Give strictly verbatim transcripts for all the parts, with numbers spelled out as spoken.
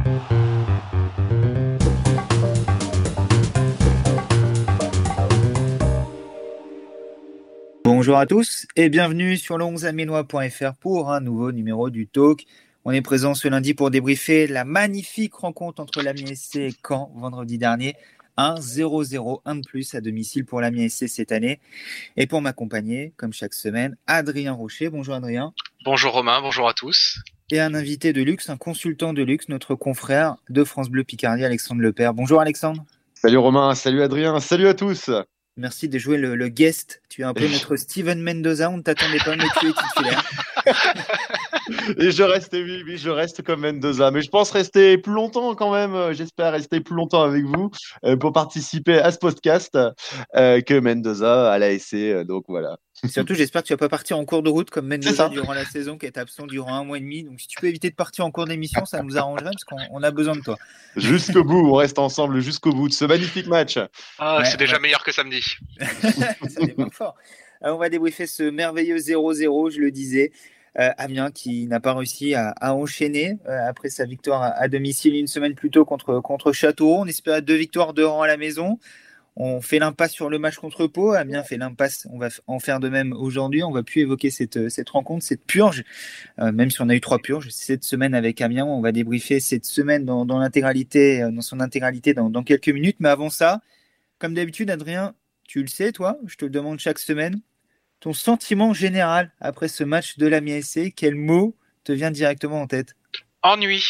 Bonjour à tous et bienvenue sur le onze amiénois point f r pour un nouveau numéro du Talk. On est présent ce lundi pour débriefer la magnifique rencontre entre l'Amiens S C et Caen vendredi dernier. un zéro zéro, un de plus à domicile pour l'Amiens S C cette année. Et pour m'accompagner, comme chaque semaine, Adrien Rocher. Bonjour Adrien. Bonjour Romain, bonjour à tous. Et un invité de luxe, un consultant de luxe, notre confrère de France Bleu Picardie, Alexandre Lepère. Bonjour Alexandre. Salut Romain, salut Adrien, salut à tous. Merci de jouer le, le guest. Tu es un peu notre Steven Mendoza, on ne t'attendait pas, mais tu es titulaire. Et je reste, oui, oui, je reste comme Mendoza. Mais je pense rester plus longtemps quand même. J'espère rester plus longtemps avec vous euh, pour participer à ce podcast euh, que Mendoza à l'A S C. Donc voilà. Surtout, j'espère que tu vas pas partir en cours de route comme Mendoza durant la saison, qui est absent durant un mois et demi. Donc, si tu peux éviter de partir en cours d'émission, ça nous arrangerait parce qu'on on a besoin de toi. Jusqu'au bout, on reste ensemble jusqu'au bout de ce magnifique match. Ah, Ouais, c'est déjà ouais. meilleur que samedi. Ça démarre fort. Alors, on va débriefer ce merveilleux zéro zéro, je le disais. Euh, Amiens qui n'a pas réussi à, à enchaîner euh, après sa victoire à, à domicile une semaine plus tôt contre, contre Châteauroux. On espérait deux victoires de rang à la maison. On fait l'impasse sur le match contre Pau. Amiens fait l'impasse. On va en faire de même aujourd'hui. On va plus évoquer cette, cette rencontre, cette purge, euh, même si on a eu trois purges cette semaine avec Amiens. On va débriefer cette semaine dans, dans l'intégralité, dans son intégralité dans, dans quelques minutes. Mais avant ça, comme d'habitude, Adrien, tu le sais, toi, je te le demande chaque semaine. Ton sentiment général après ce match de l'Amiens S C, quel mot te vient directement en tête? Ennui.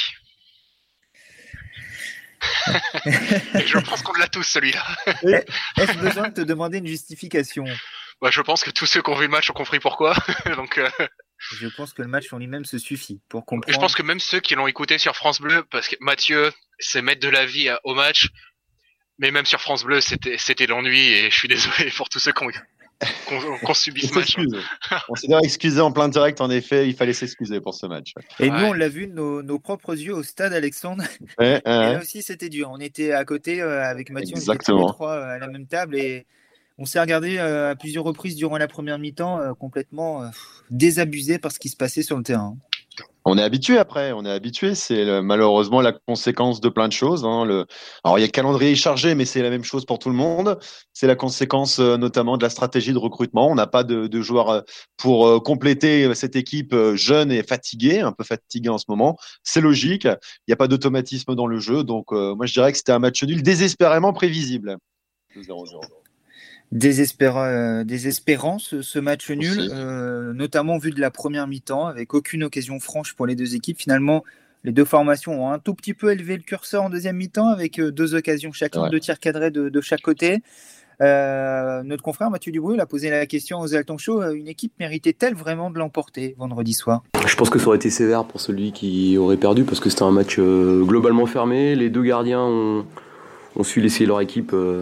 Et je pense qu'on l'a tous celui-là. Est-ce besoin de te demander une justification? Bah, je pense que tous ceux qui ont vu le match ont compris pourquoi. Donc, euh... Je pense que le match en lui-même se suffit pour comprendre. Je pense que même ceux qui l'ont écouté sur France Bleu, parce que Mathieu, c'est mettre de la vie au match, mais même sur France Bleu, c'était, c'était l'ennui et je suis désolé pour tous ceux qui ont, qu'on, qu'on subit ce match. On s'est d'ailleurs excusé en plein direct, en effet, il fallait s'excuser pour ce match. Et Ouais. nous, on l'a vu de nos, nos propres yeux au stade, Alexandre. Ouais, et ouais. là aussi, c'était dur. On était à côté euh, avec Mathieu, Exactement. on était tous les trois euh, à la même table et on s'est regardé euh, à plusieurs reprises durant la première mi-temps, euh, complètement euh, désabusé par ce qui se passait sur le terrain. On est habitué après, on est habitué. C'est le- malheureusement la conséquence de plein de choses. Hein. Le... Alors il y a le calendrier chargé, mais c'est la même chose pour tout le monde. C'est la conséquence euh, notamment de la stratégie de recrutement. On n'a pas de, de joueurs euh, pour euh, compléter cette équipe euh, jeune et fatiguée, un peu fatiguée en ce moment. C'est logique. Il n'y a pas d'automatisme dans le jeu. Donc euh, moi je dirais que c'était un match nul désespérément prévisible. zéro zéro. Désespérant, euh, désespérant ce, ce match nul, euh, notamment vu de la première mi-temps, avec aucune occasion franche pour les deux équipes. Finalement, les deux formations ont un tout petit peu élevé le curseur en deuxième mi-temps, avec euh, deux occasions chacun, Ouais. deux tirs cadrés de, de chaque côté. Euh, notre confrère Mathieu Dubreuil a posé la question aux Alton Show, une équipe méritait-elle vraiment de l'emporter vendredi soir? Je pense que ça aurait été sévère pour celui qui aurait perdu, parce que c'était un match euh, globalement fermé. Les deux gardiens ont, ont su laisser leur équipe euh,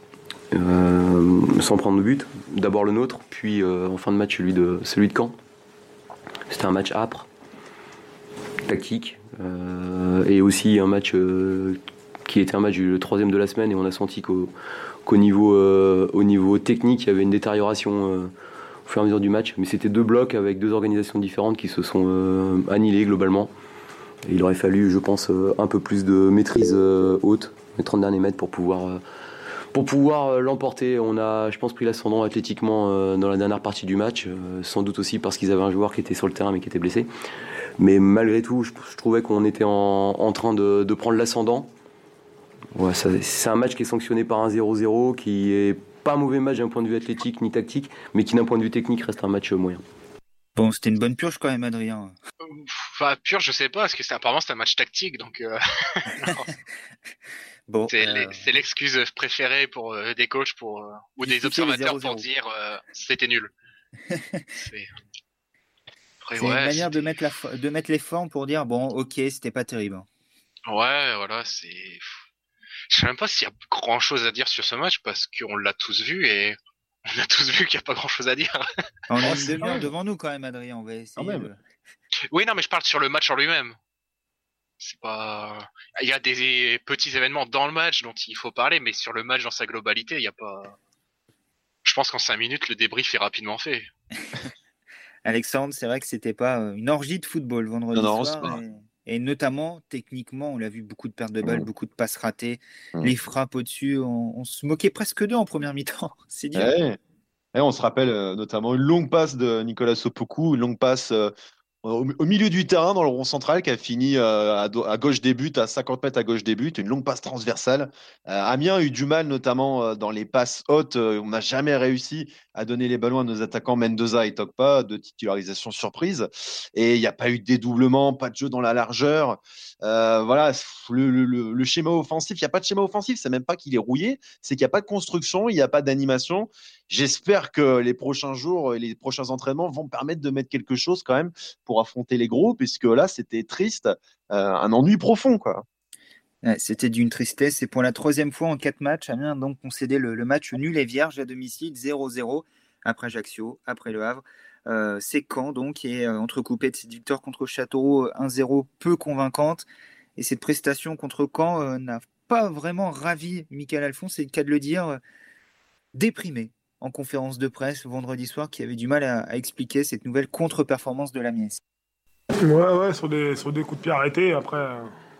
euh, sans prendre de but. D'abord le nôtre, puis euh, en fin de match celui de, celui de Caen. C'était un match âpre, tactique, euh, et aussi un match euh, qui était un match le troisième de la semaine, et on a senti qu'au, qu'au niveau, euh, au niveau technique, il y avait une détérioration euh, au fur et à mesure du match. Mais c'était deux blocs avec deux organisations différentes qui se sont euh, annihilées globalement. Et il aurait fallu, je pense, euh, un peu plus de maîtrise euh, haute, les trente derniers mètres, pour pouvoir... Euh, Pour pouvoir l'emporter. On a, je pense, pris l'ascendant athlétiquement euh, dans la dernière partie du match, euh, sans doute aussi parce qu'ils avaient un joueur qui était sur le terrain mais qui était blessé. Mais malgré tout, je, je trouvais qu'on était en, en train de, de prendre l'ascendant. Ouais, ça, c'est un match qui est sanctionné par un zéro zéro, qui est pas un mauvais match d'un point de vue athlétique ni tactique, mais qui d'un point de vue technique reste un match moyen. Bon, c'était une bonne purge quand même, Adrien. Enfin, pur, je sais pas, parce que c'est, apparemment c'était un match tactique, donc euh... Bon, c'est, euh... c'est l'excuse préférée pour euh, des coachs pour, euh, ou des observateurs pour dire euh, c'était nul. c'est Après, c'est ouais, une manière de mettre, la, de mettre les formes pour dire bon, ok, c'était pas terrible. Ouais, voilà, c'est. Je sais même pas s'il y a grand chose à dire sur ce match parce qu'on l'a tous vu et on a tous vu qu'il n'y a pas grand chose à dire. On a une demi-heure devant nous quand même, Adrien. On va essayer. Quand même. De... Oui, non, mais je parle sur le match en lui-même. C'est pas. Il y a des petits événements dans le match dont il faut parler, mais sur le match dans sa globalité, il n'y a pas. Je pense qu'en cinq minutes, le débrief est rapidement fait. Alexandre, c'est vrai que c'était pas une orgie de football vendredi non, non, soir. c'est pas... Et... Et notamment, techniquement, on l'a vu, beaucoup de pertes de balles, Mmh. beaucoup de passes ratées, Mmh. les frappes au-dessus. On, on se moquait presque d'eux en première mi-temps. C'est dur. Ouais. Et on se rappelle euh, notamment une longue passe de Nicolas Opoku, une longue passe euh, au, au milieu du terrain dans le rond central qui a fini euh, à, do- à gauche des buts, à cinquante mètres à gauche des buts, une longue passe transversale. Euh, Amiens a eu du mal notamment euh, dans les passes hautes. Euh, on n'a jamais réussi à donner les ballons à nos attaquants Mendoza et Tokpa, de titularisation surprise. Et il n'y a pas eu de dédoublement, pas de jeu dans la largeur. Euh, voilà, le, le- le- le schéma offensif, il n'y a pas de schéma offensif, c'est même pas qu'il est rouillé, c'est qu'il n'y a pas de construction, il n'y a pas d'animation. J'espère que les prochains jours et les prochains entraînements vont permettre de mettre quelque chose quand même pour affronter les gros, puisque là, c'était triste, euh, un ennui profond, quoi. Ouais, c'était d'une tristesse. Et pour la troisième fois en quatre matchs, Amiens a donc concédé le, le match nul et vierge à domicile, zéro zéro, après Ajaccio, après Le Havre. Euh, c'est Caen, donc, qui est euh, entrecoupé de cette victoire contre Châteauroux, un zéro peu convaincante. Et cette prestation contre Caen euh, n'a pas vraiment ravi Michael Alphonse, c'est le cas de le dire, euh, déprimé en conférence de presse vendredi soir, qui avait du mal à, à expliquer cette nouvelle contre-performance de l'Amiens. Ouais, ouais, sur des, sur des coups de pied arrêtés. Après, euh,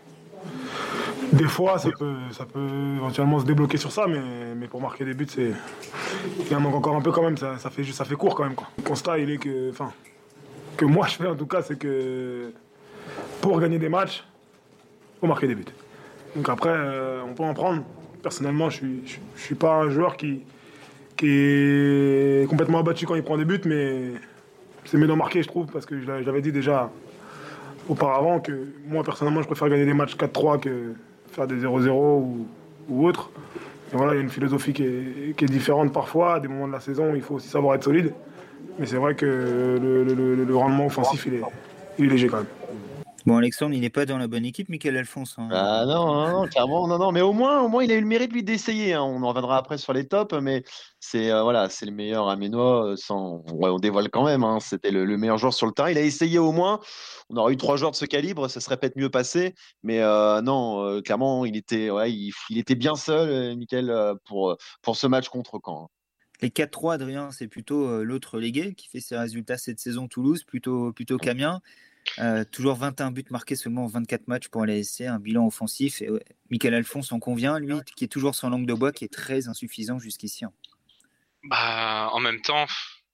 des fois, ça peut, ça peut éventuellement se débloquer sur ça, mais, mais pour marquer des buts, c'est, il y en manque encore un peu quand même. Ça, ça, fait, ça fait court quand même, quoi. Le constat, il est que, enfin, que moi je fais en tout cas, c'est que pour gagner des matchs, il faut marquer des buts. Donc après, euh, on peut en prendre. Personnellement, je suis, je, je suis pas un joueur qui, qui est complètement abattu quand il prend des buts, mais c'est mieux d'en marquer, je trouve, parce que je l'avais dit déjà auparavant que moi, personnellement, je préfère gagner des matchs quatre trois que faire des zéro zéro ou, ou autre. Et voilà, il y a une philosophie qui est, qui est différente parfois. À des moments de la saison, il faut aussi savoir être solide. Mais c'est vrai que le, le, le, le rendement offensif, il est, il est léger quand même. Bon, Alexandre, il n'est pas dans la bonne équipe, Michael Alphonse. Hein. Ah non, non, non, clairement, non, non, mais au moins, au moins, il a eu le mérite lui d'essayer. Hein. On en reviendra après sur les tops, mais c'est euh, voilà, c'est le meilleur Aménois. euh, Sans, ouais, on dévoile quand même. Hein. C'était le, le meilleur joueur sur le terrain. Il a essayé au moins. On aurait eu trois joueurs de ce calibre, ça serait peut-être mieux passé. Mais euh, non, euh, clairement, il était, ouais, il, il était bien seul, euh, Michael, euh, pour pour ce match contre Caen. Les quatre trois, Adrien, c'est plutôt euh, l'autre légué qui fait ses résultats cette saison Toulouse, plutôt, plutôt qu'Amiens. Euh, toujours vingt et un buts marqués seulement en vingt-quatre matchs pour l'A S C, un bilan offensif. Et, ouais, Michael Alphonse en convient, lui, qui est toujours sans langue de bois, qui est très insuffisant jusqu'ici. Hein. Bah, en même temps,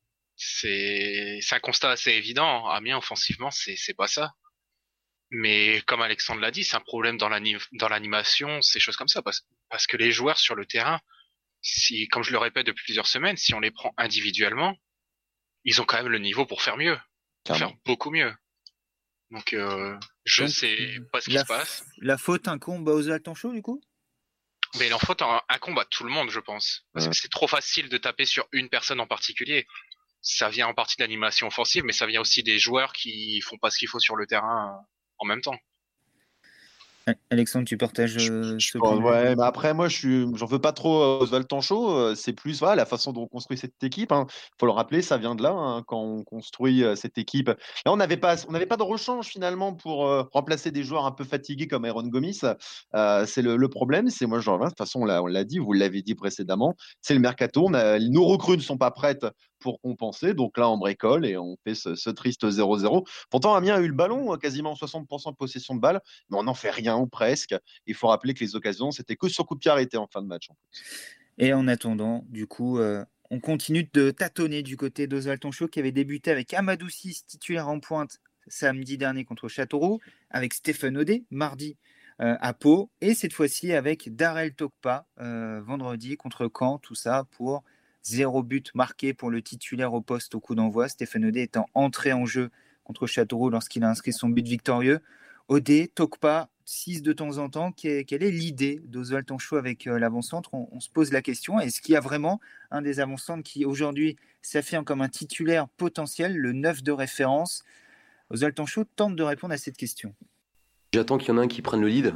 c'est c'est un constat assez évident. Amiens, offensivement, c'est c'est pas ça. Mais comme Alexandre l'a dit, c'est un problème dans l'ani- dans l'animation, ces choses comme ça, parce, parce que les joueurs sur le terrain, si, comme je le répète depuis plusieurs semaines, si on les prend individuellement, ils ont quand même le niveau pour faire mieux, pour Clairement. faire beaucoup mieux. Donc, euh, je Donc, sais pas ce qui la, se passe. La faute incombe à Oswald Tanchot, du coup? Mais il en faut un, un combat tout le monde, je pense. Parce Ouais. que c'est trop facile de taper sur une personne en particulier. Ça vient en partie de l'animation offensive, mais ça vient aussi des joueurs qui font pas ce qu'il faut sur le terrain euh, en même temps. Alexandre, tu partages euh, Je ce pense, point de vue? ouais, mais après, moi, je suis, j'en veux pas trop à Oswald Tanchot. euh, C'est plus voilà, la façon dont on construit cette équipe. Il faut le rappeler, ça vient de là, hein, quand on construit euh, cette équipe. Là, on n'avait pas, on n'avait pas de rechange finalement pour euh, remplacer des joueurs un peu fatigués comme Aaron Gomis. Euh, c'est le, le problème. C'est moi, je reviens. De toute façon, on l'a, on l'a dit, vous l'avez dit précédemment. C'est le mercato. On a- nos recrues ne sont pas prêtes pour compenser. Donc là, on bricole et on fait ce, ce triste zéro zéro. Pourtant, Amiens a eu le ballon, quasiment soixante pour cent de possession de balle, mais on n'en fait rien ou presque. Il faut rappeler que les occasions, c'était que sur coup de pied arrêté en fin de match. En plus. Et en attendant, du coup, euh, on continue de tâtonner du côté d'Oswald Tanchot qui avait débuté avec Amadou Ciss, titulaire en pointe samedi dernier contre Châteauroux, avec Stéphane Audet mardi euh, à Pau, et cette fois-ci avec Darel Tokpa euh, vendredi contre Caen, tout ça pour zéro but marqué pour le titulaire au poste au coup d'envoi. Stéphane Audet étant entré en jeu contre Châteauroux lorsqu'il a inscrit son but victorieux. Audet, Tokpa, six de temps en temps. Quelle est l'idée d'Oswald Tanchot avec euh, l'avant-centre? on, on se pose la question. Est-ce qu'il y a vraiment un des avant-centres qui aujourd'hui s'affirme comme un titulaire potentiel, le neuf de référence? Oswald Tanchot tente de répondre à cette question. J'attends qu'il y en ait un qui prenne le lead.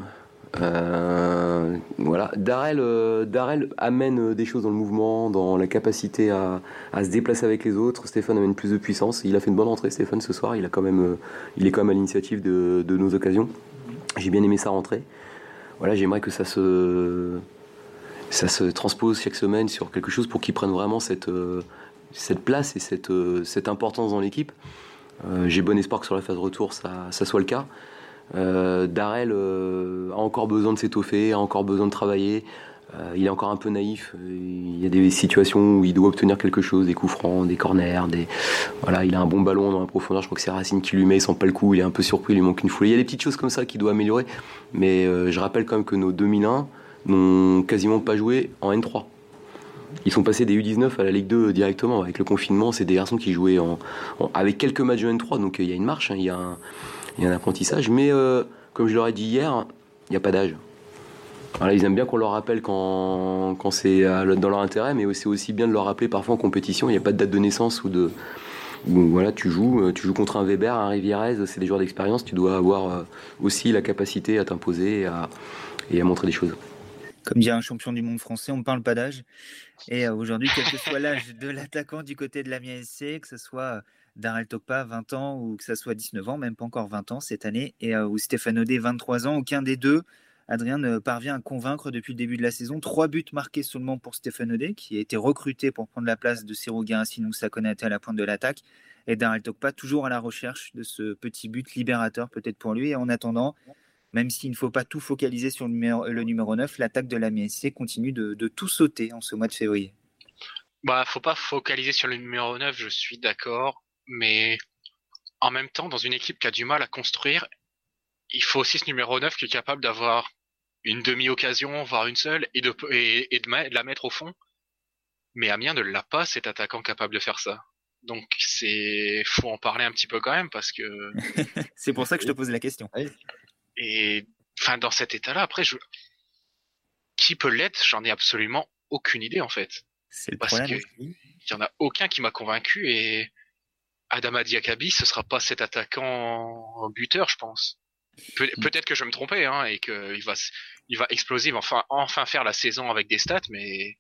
Euh, voilà. Darel, euh, Darel amène des choses dans le mouvement, dans la capacité à, à se déplacer avec les autres. Stéphane amène plus de puissance. Il a fait une bonne entrée, Stéphane, ce soir. Il, a quand même, euh, il est quand même à l'initiative de, de nos occasions. J'ai bien aimé sa rentrée. Voilà, j'aimerais que ça se, ça se transpose chaque semaine sur quelque chose pour qu'il prenne vraiment cette, euh, cette place et cette, euh, cette importance dans l'équipe. Euh, j'ai bon espoir que sur la phase retour, ça, ça soit le cas. Euh, Darrell euh, a encore besoin de s'étoffer, a encore besoin de travailler. Euh, il est encore un peu naïf. Il y a des situations où il doit obtenir quelque chose, des coups francs, des corners. Des... Voilà, il a un bon ballon dans la profondeur. Je crois que c'est Racine qui lui met, il sent pas le coup. Il est un peu surpris, il lui manque une foulée. Il y a des petites choses comme ça qu'il doit améliorer. Mais euh, je rappelle quand même que nos deux mille un n'ont quasiment pas joué en N trois. Ils sont passés des U dix-neuf à la Ligue deux directement. Avec le confinement, c'est des garçons qui jouaient en, en, avec quelques matchs de N trois. Donc il y a une marche, hein, il y a un, il y a un apprentissage. Mais euh, comme je leur ai dit hier, il n'y a pas d'âge. Voilà, ils aiment bien qu'on leur rappelle quand, quand c'est dans leur intérêt, mais c'est aussi bien de leur rappeler parfois en compétition. Il n'y a pas de date de naissance ou de. Où, voilà, tu joues, tu joues contre un Weber, un Rivierez, c'est des joueurs d'expérience. Tu dois avoir aussi la capacité à t'imposer et à, et à montrer des choses. Comme dit un champion du monde français, on ne parle pas d'âge. Et aujourd'hui, quel que soit l'âge de l'attaquant du côté de l'Amiens S C, que ce soit Darrell Tokpa, vingt ans, ou que ce soit dix-neuf ans, même pas encore vingt ans cette année, et, ou Stéphane Audet, vingt-trois ans, aucun des deux, Adrien, ne parvient à convaincre depuis le début de la saison. Trois buts marqués seulement pour Stéphane Audet, qui a été recruté pour prendre la place de Serhou Guirassy ou Moussa Konaté à la pointe de l'attaque. Et Darrell Tokpa, toujours à la recherche de ce petit but libérateur peut-être pour lui. Et en attendant, même s'il ne faut pas tout focaliser sur le numéro, le numéro neuf, l'attaque de l'Amiens S C continue de, de tout sauter en ce mois de février. Bah, faut pas focaliser sur le numéro neuf, je suis d'accord. Mais en même temps, dans une équipe qui a du mal à construire, il faut aussi ce numéro neuf qui est capable d'avoir une demi-occasion, voire une seule, et de, et, et de, ma- de la mettre au fond. Mais Amiens ne l'a pas, cet attaquant capable de faire ça. Donc c'est faut en parler un petit peu quand même, parce que c'est pour ça que je te pose la question. Et enfin, dans cet état-là, après, je... qui peut l'être, j'en ai absolument aucune idée en fait. C'est le parce problème. que il y en a aucun qui m'a convaincu, et Adama Diakabi, ce sera pas cet attaquant buteur, je pense. Pe- mm. Peut-être que je vais me tromper, hein, et qu'il va, il va exploser, il va enfin, enfin faire la saison avec des stats, mais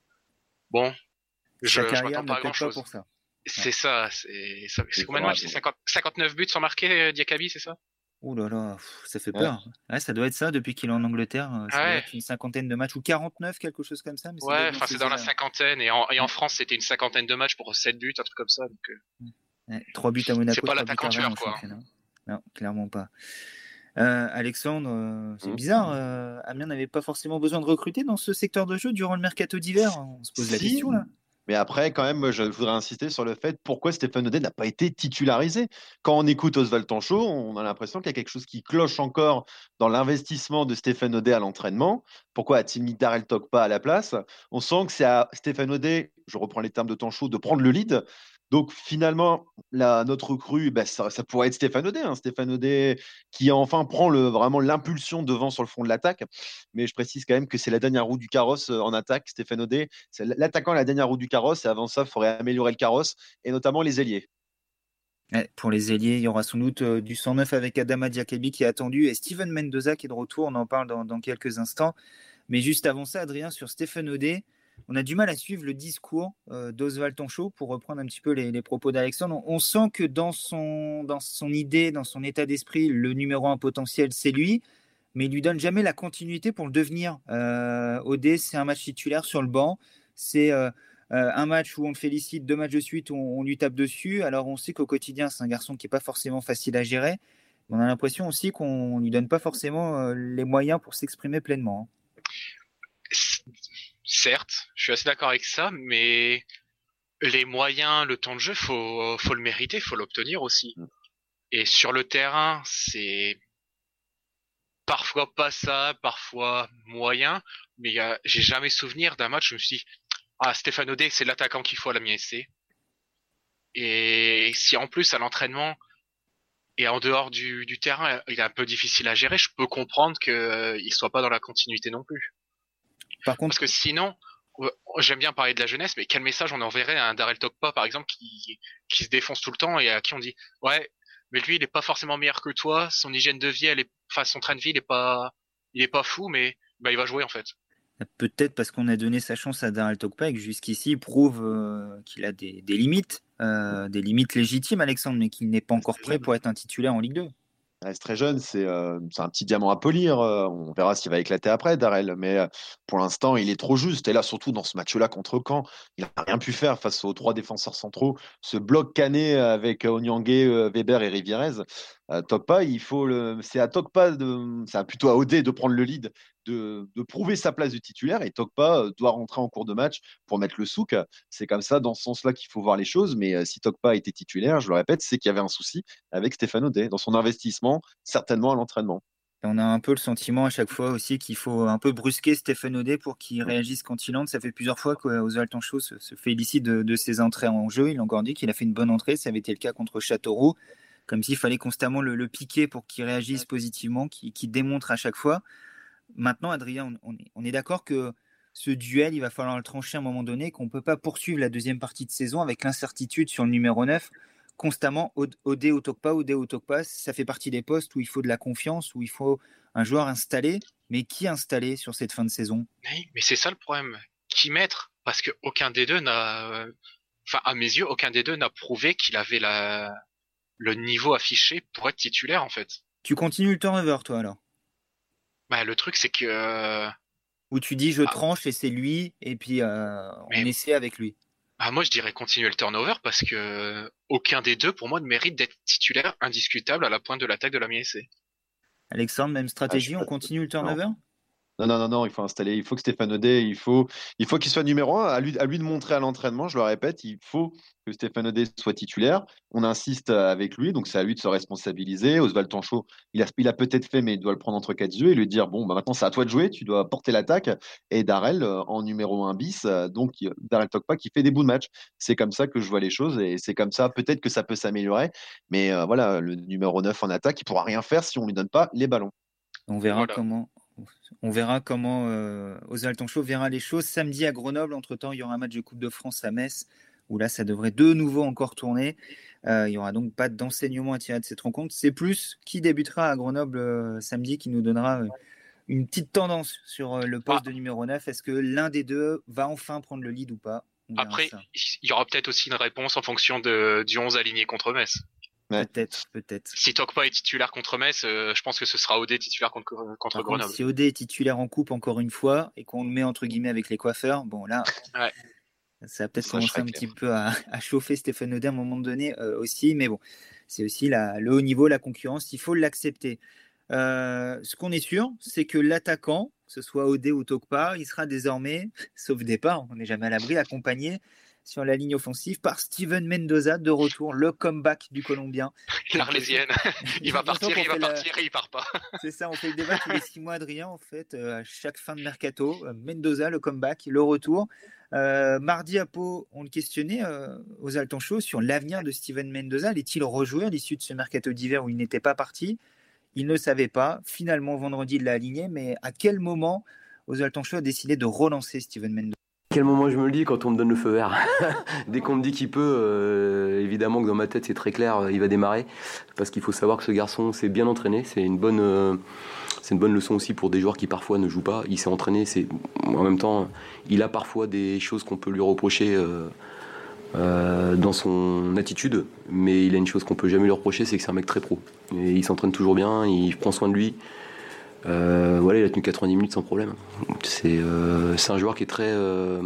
bon, je, je m'attends pas à grand chose. Pas pour ça. C'est ouais. ça, c'est, c'est, c'est combien de matchs? C'est cinquante, cinquante-neuf buts sans marquer, Diakabi, c'est ça? Ouh là là, ça fait peur. Ouais. Ouais, ça doit être ça depuis qu'il est en Angleterre. Ça ah doit ouais. être une cinquantaine de matchs ou quarante-neuf, quelque chose comme ça. Mais ouais, enfin c'est dans la cinquantaine, et en, et en France c'était une cinquantaine de matchs pour sept buts, un truc comme ça. Donc, euh... ouais, trois buts à Monaco. C'est pas l'attaquant tueur, quoi. Non, clairement pas. Euh, Alexandre, euh, c'est mmh. bizarre. Euh, Amiens n'avait pas forcément besoin de recruter dans ce secteur de jeu durant le mercato d'hiver. On se pose si. la question là. Mais après, quand même, je voudrais insister sur le fait pourquoi Stéphane Audet n'a pas été titularisé. Quand on écoute Oswald Tanchot, on a l'impression qu'il y a quelque chose qui cloche encore dans l'investissement de Stéphane Audet à l'entraînement. Pourquoi a-t-il mis Darrell Tokpa à la place? On sent que c'est à Stéphane Audet, je reprends les termes de Tanchot, de prendre le lead. Donc finalement, la, notre recrue, ben, ça, ça pourrait être Stéphane Audet, hein, Stéphane Audet qui enfin prend le, vraiment l'impulsion devant sur le front de l'attaque. Mais je précise quand même que c'est la dernière roue du carrosse en attaque, Stéphane Audet. C'est l'attaquant à la dernière roue du carrosse, et avant ça, il faudrait améliorer le carrosse, et notamment les ailiers. Ouais, pour les ailiers, il y aura sans doute euh, du cent neuf avec Adama Diakabi qui est attendu, et Steven Mendoza qui est de retour, on en parle dans, dans quelques instants. Mais juste avant ça, Adrien, sur Stéphane Audet, on a du mal à suivre le discours euh, d'Oswald Tanchot, pour reprendre un petit peu les, les propos d'Alexandre. On, on sent que dans son, dans son idée, dans son état d'esprit, le numéro un potentiel, c'est lui, mais il ne lui donne jamais la continuité pour le devenir. Euh, Audet, c'est un match titulaire sur le banc, c'est euh, euh, un match où on le félicite, deux matchs de suite où on, on lui tape dessus. Alors on sait qu'au quotidien, c'est un garçon qui n'est pas forcément facile à gérer, mais on a l'impression aussi qu'on ne lui donne pas forcément euh, les moyens pour s'exprimer pleinement. Certes, je suis assez d'accord avec ça, mais les moyens, le temps de jeu, faut, faut le mériter, faut l'obtenir aussi. Et sur le terrain, c'est parfois pas ça, parfois moyen, mais y a, j'ai jamais souvenir d'un match où je me suis dit, ah, Stéphane Audet, c'est l'attaquant qu'il faut à l'Amiens S C. Et si en plus à l'entraînement et en dehors du, du terrain, il est un peu difficile à gérer, je peux comprendre qu'il euh, soit pas dans la continuité non plus. Par contre, parce que sinon, j'aime bien parler de la jeunesse, mais quel message on enverrait à un Darrell Tokpa, par exemple, qui, qui se défonce tout le temps et à qui on dit, ouais, mais lui, il est pas forcément meilleur que toi, son hygiène de vie, elle est, enfin, son train de vie, il est pas, il est pas fou, mais, bah, il va jouer, en fait. Peut-être parce qu'on a donné sa chance à Darrell Tokpa et que jusqu'ici, il prouve euh, qu'il a des, des limites, euh, des limites légitimes, Alexandre, mais qu'il n'est pas encore prêt pour être un titulaire en Ligue deux. Il reste très jeune, c'est euh, c'est un petit diamant à polir. euh, on verra s'il va éclater après, Darrell. Mais euh, pour l'instant, il est trop juste. Et là, surtout dans ce match-là contre Caen, il n'a rien pu faire face aux trois défenseurs centraux. Ce bloc cané avec euh, Onyangé, euh, Weber et Rivierez. Euh, Tokpa, il faut le... c'est à Tokpa, de... c'est plutôt à Odé de prendre le lead, de, de prouver sa place de titulaire. Et Tokpa euh, doit rentrer en cours de match pour mettre le souk. C'est comme ça, dans ce sens-là, qu'il faut voir les choses. Mais euh, si Tokpa était titulaire, je le répète, c'est qu'il y avait un souci avec Stéphane Odé dans son investissement, certainement à l'entraînement. Et on a un peu le sentiment à chaque fois aussi qu'il faut un peu brusquer Stéphane Odé pour qu'il réagisse quand il entre. Ça fait plusieurs fois qu'Oswald Tanchot se, se félicite de, de ses entrées en jeu. Il a encore dit qu'il a fait une bonne entrée. Ça avait été le cas contre Châteauroux. Comme s'il fallait constamment le, le piquer pour qu'il réagisse positivement, qu'il, qu'il démontre à chaque fois. Maintenant, Adrien, on, on est, on est d'accord que ce duel, il va falloir le trancher à un moment donné, qu'on ne peut pas poursuivre la deuxième partie de saison avec l'incertitude sur le numéro neuf. Constamment, Odé ou Tokpa, Odé ou Tokpa, ça fait partie des postes où il faut de la confiance, où il faut un joueur installé. Mais qui installé sur cette fin de saison? Oui, mais c'est ça le problème. Qui mettre? Parce qu'aucun des deux n'a, enfin à mes yeux, aucun des deux n'a prouvé qu'il avait la... le niveau affiché pour être titulaire en fait. Tu continues le turnover, toi alors? Bah le truc c'est que... Où tu dis je ah. tranche et c'est lui, et puis euh, on mais... essaie avec lui. Ah, moi, je dirais continuer le turnover parce que aucun des deux, pour moi, ne mérite d'être titulaire indiscutable à la pointe de l'attaque de la M I S C. Alexandre, même stratégie, ah, on continue le turnover? non. Non, non, non, non, il faut installer, il faut que Stéphane Odé, il faut, il faut qu'il soit numéro un, à lui, à lui de montrer à l'entraînement, je le répète, il faut que Stéphane Odé soit titulaire. On insiste avec lui, donc c'est à lui de se responsabiliser. Oswald Tanchot, il a, il a peut-être fait, mais il doit le prendre entre quatre yeux et lui dire, bon, bah maintenant c'est à toi de jouer, tu dois porter l'attaque. Et Darrell en numéro un bis, donc Darrell Tokpa qui fait des bouts de match. C'est comme ça que je vois les choses et c'est comme ça, peut-être que ça peut s'améliorer, mais euh, voilà, le numéro neuf en attaque, il pourra rien faire si on lui donne pas les ballons. On verra voilà. comment... On verra comment euh, Oswald Tanchot verra les choses samedi à Grenoble. Entre-temps, il y aura un match de Coupe de France à Metz, où là, ça devrait de nouveau encore tourner. Euh, il n'y aura donc pas d'enseignement à tirer de cette rencontre. C'est plus qui débutera à Grenoble euh, samedi qui nous donnera euh, une petite tendance sur euh, le poste ah. de numéro neuf. Est-ce que l'un des deux va enfin prendre le lead ou pas? Après, il y aura peut-être aussi une réponse en fonction de, du onze aligné contre Metz. Ouais. Peut-être, peut-être. Si Tokpa est titulaire contre Metz, euh, je pense que ce sera Odé titulaire contre, contre Grenoble. Contre, si Odé est titulaire en coupe encore une fois et qu'on le met entre guillemets avec les coiffeurs, bon là, ouais. ça va peut-être commencer un clair. petit peu à, à chauffer Stéphane Odé à un moment donné euh, aussi, mais bon, c'est aussi la, le haut niveau, la concurrence, il faut l'accepter. Euh, ce qu'on est sûr, c'est que l'attaquant, que ce soit Odé ou Tokpa, il sera désormais, sauf départ, on n'est jamais à l'abri, accompagné sur la ligne offensive par Steven Mendoza de retour, le comeback du Colombien. L'Arlésienne. Il va partir, il va partir la... et il part pas. C'est ça, on fait le débat tous les six mois, Adrien, en fait, euh, à chaque fin de mercato. Euh, Mendoza, le comeback, le retour. Euh, mardi à Pau, on le questionnait euh, aux Altanchauds sur l'avenir de Steven Mendoza. Allait-il rejouer à l'issue de ce mercato d'hiver où il n'était pas parti? Il ne savait pas. Finalement, vendredi, il l'a aligné. Mais à quel moment aux Altanchauds a décidé de relancer Steven Mendoza? À quel moment je me le dis? Quand on me donne le feu vert. Dès qu'on me dit qu'il peut, euh, évidemment que dans ma tête c'est très clair, euh, il va démarrer. Parce qu'il faut savoir que ce garçon s'est bien entraîné. C'est une bonne, euh, c'est une bonne leçon aussi pour des joueurs qui parfois ne jouent pas. Il s'est entraîné. C'est, en même temps, il a parfois des choses qu'on peut lui reprocher euh, euh, dans son attitude. Mais il a une chose qu'on peut jamais lui reprocher, c'est que c'est un mec très pro. Et il s'entraîne toujours bien, il prend soin de lui. Euh, voilà, il a tenu quatre-vingt-dix minutes sans problème. C'est, euh, c'est un joueur qui est très, euh,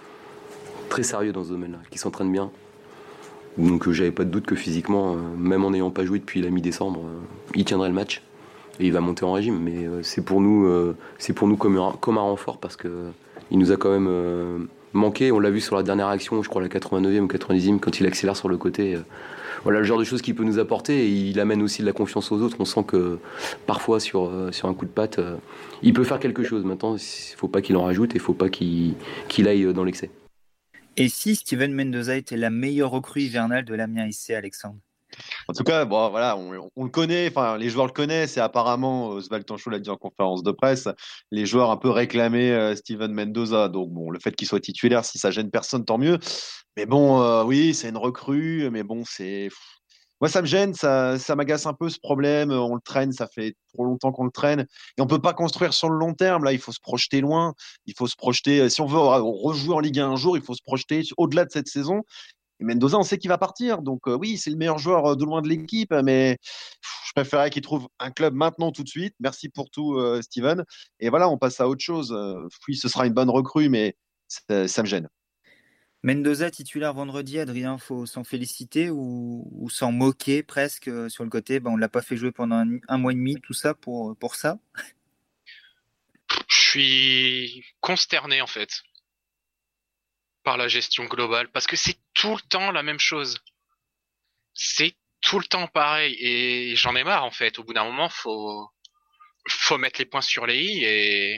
très sérieux dans ce domaine-là, qui s'entraîne bien. Donc euh, j'avais pas de doute que physiquement, euh, même en n'ayant pas joué depuis la mi-décembre, euh, il tiendrait le match et il va monter en régime. Mais euh, c'est pour nous, euh, c'est pour nous comme un, comme un renfort parce que il nous a quand même euh, manqué. On l'a vu sur la dernière action, je crois la quatre-vingt-neuvième ou quatre-vingt-dixième, quand il accélère sur le côté. Euh, Voilà le genre de choses qu'il peut nous apporter et il amène aussi de la confiance aux autres. On sent que parfois sur, euh, sur un coup de patte, euh, il peut faire quelque chose. Maintenant, il ne faut pas qu'il en rajoute et il ne faut pas qu'il, qu'il aille dans l'excès. Et si Steven Mendoza était la meilleure recrue hivernale de l'Amiens I C, Alexandre? En tout cas, bon, voilà, on, on le connaît, enfin, les joueurs le connaissent, et apparemment, Oswald Tanchot l'a dit en conférence de presse, les joueurs un peu réclamaient euh, Steven Mendoza. Donc, bon, le fait qu'il soit titulaire, si ça gêne personne, tant mieux. Mais bon, euh, oui, c'est une recrue, mais bon, c'est. Moi, ça me gêne, ça, ça m'agace un peu ce problème. On le traîne, ça fait trop longtemps qu'on le traîne. Et on peut pas construire sur le long terme. Là, il faut se projeter loin. Il faut se projeter. Si on veut rejouer en Ligue un un jour, il faut se projeter au-delà de cette saison. Et Mendoza, on sait qu'il va partir. Donc, euh, oui, c'est le meilleur joueur de loin de l'équipe, mais je préférais qu'il trouve un club maintenant tout de suite. Merci pour tout, euh, Steven. Et voilà, on passe à autre chose. Euh, oui, ce sera une bonne recrue, mais ça, ça me gêne. Mendoza titulaire vendredi, Adrien, faut s'en féliciter ou, ou s'en moquer presque euh, sur le côté. Ben, on l'a pas fait jouer pendant un, un mois et demi, tout ça pour, pour ça. Je suis consterné en fait par la gestion globale parce que c'est tout le temps la même chose. C'est tout le temps pareil et j'en ai marre en fait. Au bout d'un moment, faut faut mettre les points sur les i et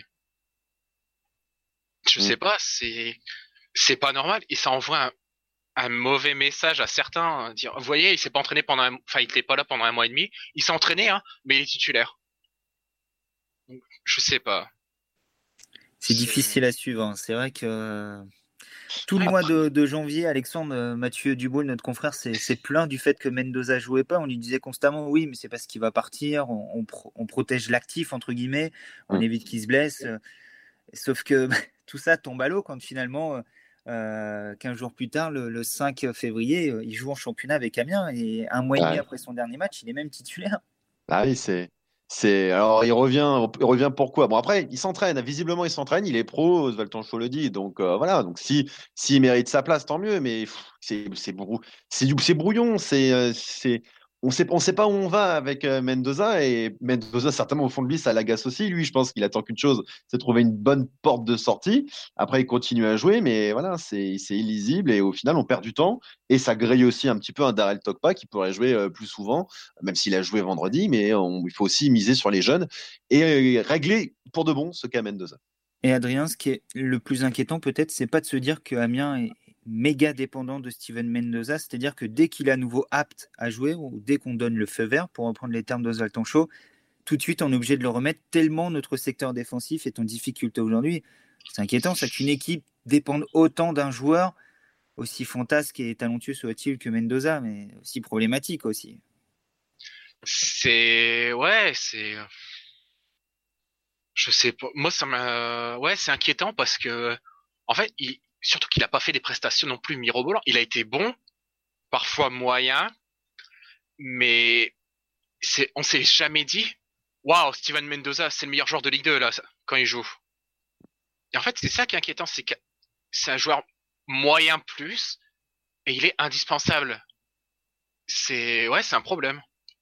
je sais pas, c'est c'est pas normal et ça envoie un, un mauvais message à certains. Hein, dire, vous voyez, il s'est pas entraîné pendant, un... enfin, il était pas là pendant un mois et demi. Il s'est entraîné, hein, mais il est titulaire. Donc, je sais pas. C'est, c'est difficile à suivre. Hein. C'est vrai que tout le mois de, de janvier, Alexandre Mathieu Dubois, notre confrère, s'est, s'est plaint du fait que Mendoza jouait pas. On lui disait constamment, oui, mais c'est parce qu'il va partir. On, on, pro- on protège l'actif entre guillemets. On mmh. évite qu'il se blesse. Sauf que tout ça tombe à l'eau quand finalement. Euh, quinze jours plus tard, le, le cinq février, euh, il joue en championnat avec Amiens et un mois et demi ouais. après son dernier match, il est même titulaire. Ah oui, c'est, c'est. Alors, il revient, il revient pourquoi? Bon, après, il s'entraîne. Visiblement, il s'entraîne. Il est pro. Oswald Tanchot le dit. Donc euh, voilà. Donc si, s'il mérite sa place, tant mieux. Mais pff, c'est, c'est, brou... c'est, c'est brouillon. C'est, euh, c'est. On sait, on sait pas où on va avec euh, Mendoza et Mendoza certainement au fond de lui ça l'agace aussi. Lui, je pense qu'il attend qu'une chose, c'est trouver une bonne porte de sortie. Après, il continue à jouer, mais voilà, c'est, c'est illisible et au final, on perd du temps et ça grille aussi un petit peu un Darrell Tokpa qui pourrait jouer euh, plus souvent, même s'il a joué vendredi. Mais on, il faut aussi miser sur les jeunes et euh, régler pour de bon ce qu'a Mendoza. Et Adrien, ce qui est le plus inquiétant peut-être, c'est pas de se dire que Amiens est méga dépendant de Steven Mendoza, c'est-à-dire que dès qu'il est à nouveau apte à jouer, ou dès qu'on donne le feu vert, pour reprendre les termes d'Oswald Tanchot, tout de suite on est obligé de le remettre tellement notre secteur défensif est en difficulté aujourd'hui. C'est inquiétant, ça qu'une équipe dépende autant d'un joueur, aussi fantasque et talentueux soit-il que Mendoza, mais aussi problématique aussi. C'est... Ouais, c'est... Je sais pas. Moi, ça m'a... Ouais, c'est inquiétant parce que... En fait, il... surtout qu'il a pas fait des prestations non plus mirobolantes. Il a été bon, parfois moyen, mais c'est, on s'est jamais dit, waouh, Steven Mendoza, c'est le meilleur joueur de Ligue deux là quand il joue. Et en fait, c'est ça qui est inquiétant, c'est que c'est un joueur moyen plus et il est indispensable. C'est ouais, c'est un problème.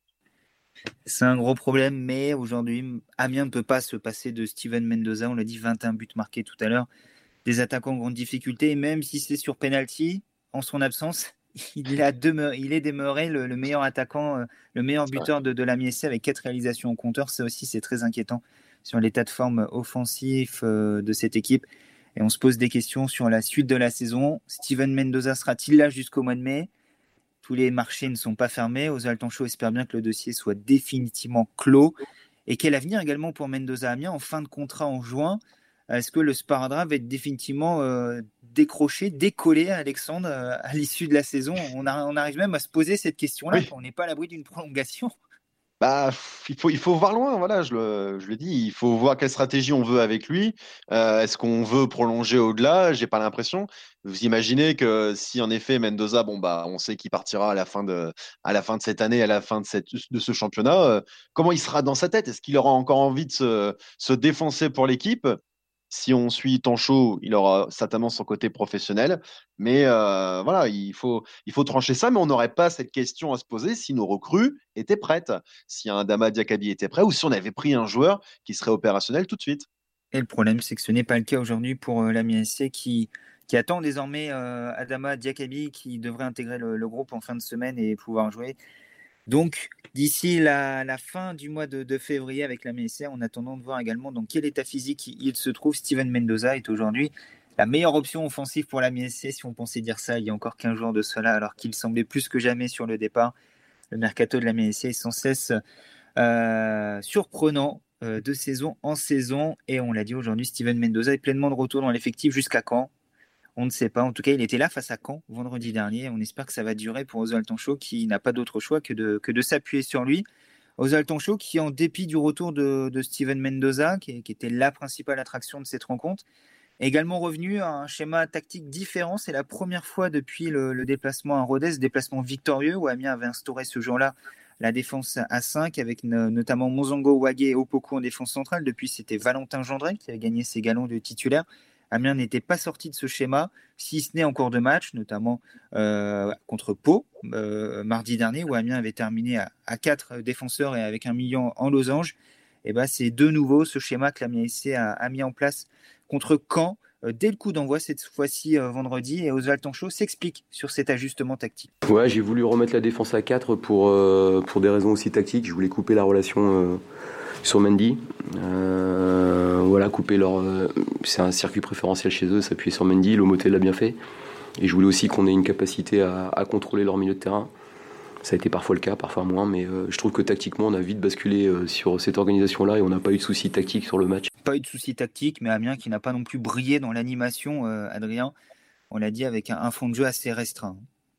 C'est un gros problème, mais aujourd'hui, Amiens ne peut pas se passer de Steven Mendoza. On l'a dit, vingt et un buts marqués tout à l'heure. Des attaquants en grande difficulté, et même si c'est sur penalty, en son absence, il, a demeuré, il est demeuré le, le meilleur attaquant, le meilleur buteur de, de l'Amiens F C avec quatre réalisations au compteur. Ça aussi, c'est très inquiétant sur l'état de forme offensif de cette équipe. Et on se pose des questions sur la suite de la saison. Steven Mendoza sera-t-il là jusqu'au mois de mai ? Tous les marchés ne sont pas fermés. Oswald Tanchot espère bien que le dossier soit définitivement clos. Et quel avenir également pour Mendoza Amiens en fin de contrat en juin ? Est-ce que le sparadrap va être définitivement euh, décroché, décollé, Alexandre, euh, à l'issue de la saison ? on, a, on arrive même à se poser cette question-là, oui. Quand on n'est pas à l'abri d'une prolongation. Bah, il faut, il faut voir loin, voilà, je le, je le dis, il faut voir quelle stratégie on veut avec lui. Euh, est-ce qu'on veut prolonger au-delà ? J'ai pas l'impression. Vous imaginez que si en effet Mendoza, bon bah, on sait qu'il partira à la fin de, à la fin de cette année, à la fin de cette, de ce championnat, euh, comment il sera dans sa tête ? Est-ce qu'il aura encore envie de se, se défoncer pour l'équipe ? Si on suit Tanchot, il aura certainement son côté professionnel. Mais euh, voilà, il faut, il faut trancher ça. Mais on n'aurait pas cette question à se poser si nos recrues étaient prêtes. Si un Adama Diakaby était prêt ou si on avait pris un joueur qui serait opérationnel tout de suite. Et le problème, c'est que ce n'est pas le cas aujourd'hui pour euh, l'Amiens F C qui, qui attend désormais euh, Adama Diakaby qui devrait intégrer le, le groupe en fin de semaine et pouvoir jouer. Donc, d'ici la, la fin du mois de, de février avec l'Amiens F C, en attendant de voir également dans quel état physique il se trouve, Steven Mendoza est aujourd'hui la meilleure option offensive pour l'Amiens F C, si on pensait dire ça il y a encore quinze jours de cela, alors qu'il semblait plus que jamais sur le départ. Le mercato de l'Amiens F C est sans cesse euh, surprenant euh, de saison en saison. Et on l'a dit aujourd'hui, Steven Mendoza est pleinement de retour dans l'effectif. Jusqu'à quand ? On ne sait pas. En tout cas, il était là face à Caen vendredi dernier. On espère que ça va durer pour Oswald Tanchot qui n'a pas d'autre choix que de, que de s'appuyer sur lui. Oswald Tanchot qui, en dépit du retour de, de Steven Mendoza, qui, qui était la principale attraction de cette rencontre, est également revenu à un schéma tactique différent. C'est la première fois depuis le, le déplacement à Rodez, déplacement victorieux où Amiens avait instauré ce jour-là la défense à cinq avec no- notamment Mozongo, Wagé et Opoku en défense centrale. Depuis, c'était Valentin Gendret qui a gagné ses galons de titulaire. Amiens n'était pas sorti de ce schéma, si ce n'est en cours de match, notamment euh, contre Pau, euh, mardi dernier, où Amiens avait terminé à, à quatre défenseurs et avec un million en losange. Et ben, c'est de nouveau ce schéma que l'Amiens F C a, a mis en place contre Caen euh, dès le coup d'envoi, cette fois-ci euh, vendredi. Et Oswald Tanchot s'explique sur cet ajustement tactique. Ouais, j'ai voulu remettre la défense à quatre pour, euh, pour des raisons aussi tactiques. Je voulais couper la relation euh, sur Mendy. Euh, voilà, couper leur. Euh, c'est un circuit préférentiel chez eux, s'appuyer sur Mendy. Lomoté l'a bien fait. Et je voulais aussi qu'on ait une capacité à, à contrôler leur milieu de terrain. Ça a été parfois le cas, parfois moins, mais euh, je trouve que tactiquement, on a vite basculé euh, sur cette organisation-là et on n'a pas eu de soucis tactiques sur le match. Pas eu de soucis tactiques, mais Amiens qui n'a pas non plus brillé dans l'animation, euh, Adrien. On l'a dit, avec un, un fond de jeu assez restreint.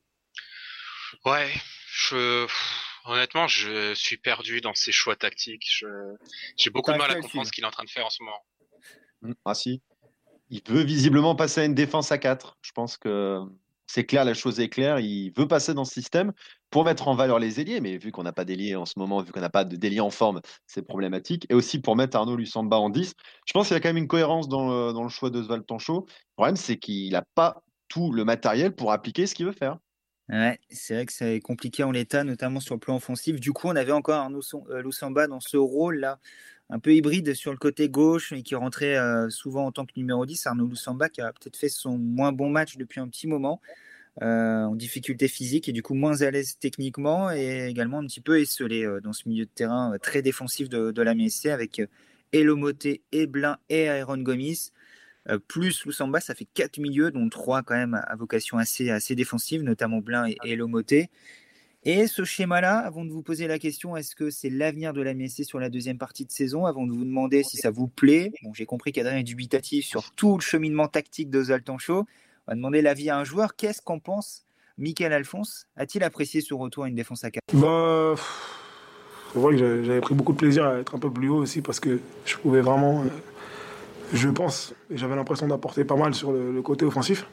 Ouais, je... honnêtement, je suis perdu dans ses choix tactiques. Je... J'ai beaucoup de mal à comprendre ce qu'il est en train de faire en ce moment. Ah si. Il veut visiblement passer à une défense à quatre. Je pense que c'est clair, la chose est claire. Il veut passer dans ce système pour mettre en valeur les ailiers, mais vu qu'on n'a pas d'ailier en ce moment, vu qu'on n'a pas de d'ailier en forme, c'est problématique. Et aussi pour mettre Arnaud Lussamba en dix. Je pense qu'il y a quand même une cohérence dans le, dans le choix d'Oswald Tanchot. Le problème, c'est qu'il n'a pas tout le matériel pour appliquer ce qu'il veut faire. Ouais, c'est vrai que c'est compliqué en l'état, notamment sur le plan offensif. Du coup, on avait encore Arnaud Lussamba dans ce rôle-là, un peu hybride sur le côté gauche et qui rentrait euh, souvent en tant que numéro dix. Arnaud Lussamba qui a peut-être fait son moins bon match depuis un petit moment, euh, en difficulté physique et du coup moins à l'aise techniquement et également un petit peu esselé euh, dans ce milieu de terrain euh, très défensif de, de la M S C avec euh, Elomoté, Eblin et Aaron Gomis. Euh, plus Lussamba, ça fait quatre milieux, dont trois quand même à vocation assez, assez défensive, notamment Blin et, et Lomoté. Et ce schéma-là, avant de vous poser la question, est-ce que c'est l'avenir de la M S C sur la deuxième partie de saison, avant de vous demander si ça vous plaît, bon, j'ai compris qu'Adrien est dubitatif sur tout le cheminement tactique d'Oswald Tanchot, on va demander l'avis à un joueur. Qu'est-ce qu'en pense Michael Alphonse? A-t-il apprécié ce retour à une défense à quatre? Bah, c'est vrai que j'avais pris beaucoup de plaisir à être un peu plus haut aussi parce que je pouvais vraiment, euh, je pense, et j'avais l'impression d'apporter pas mal sur le, le côté offensif.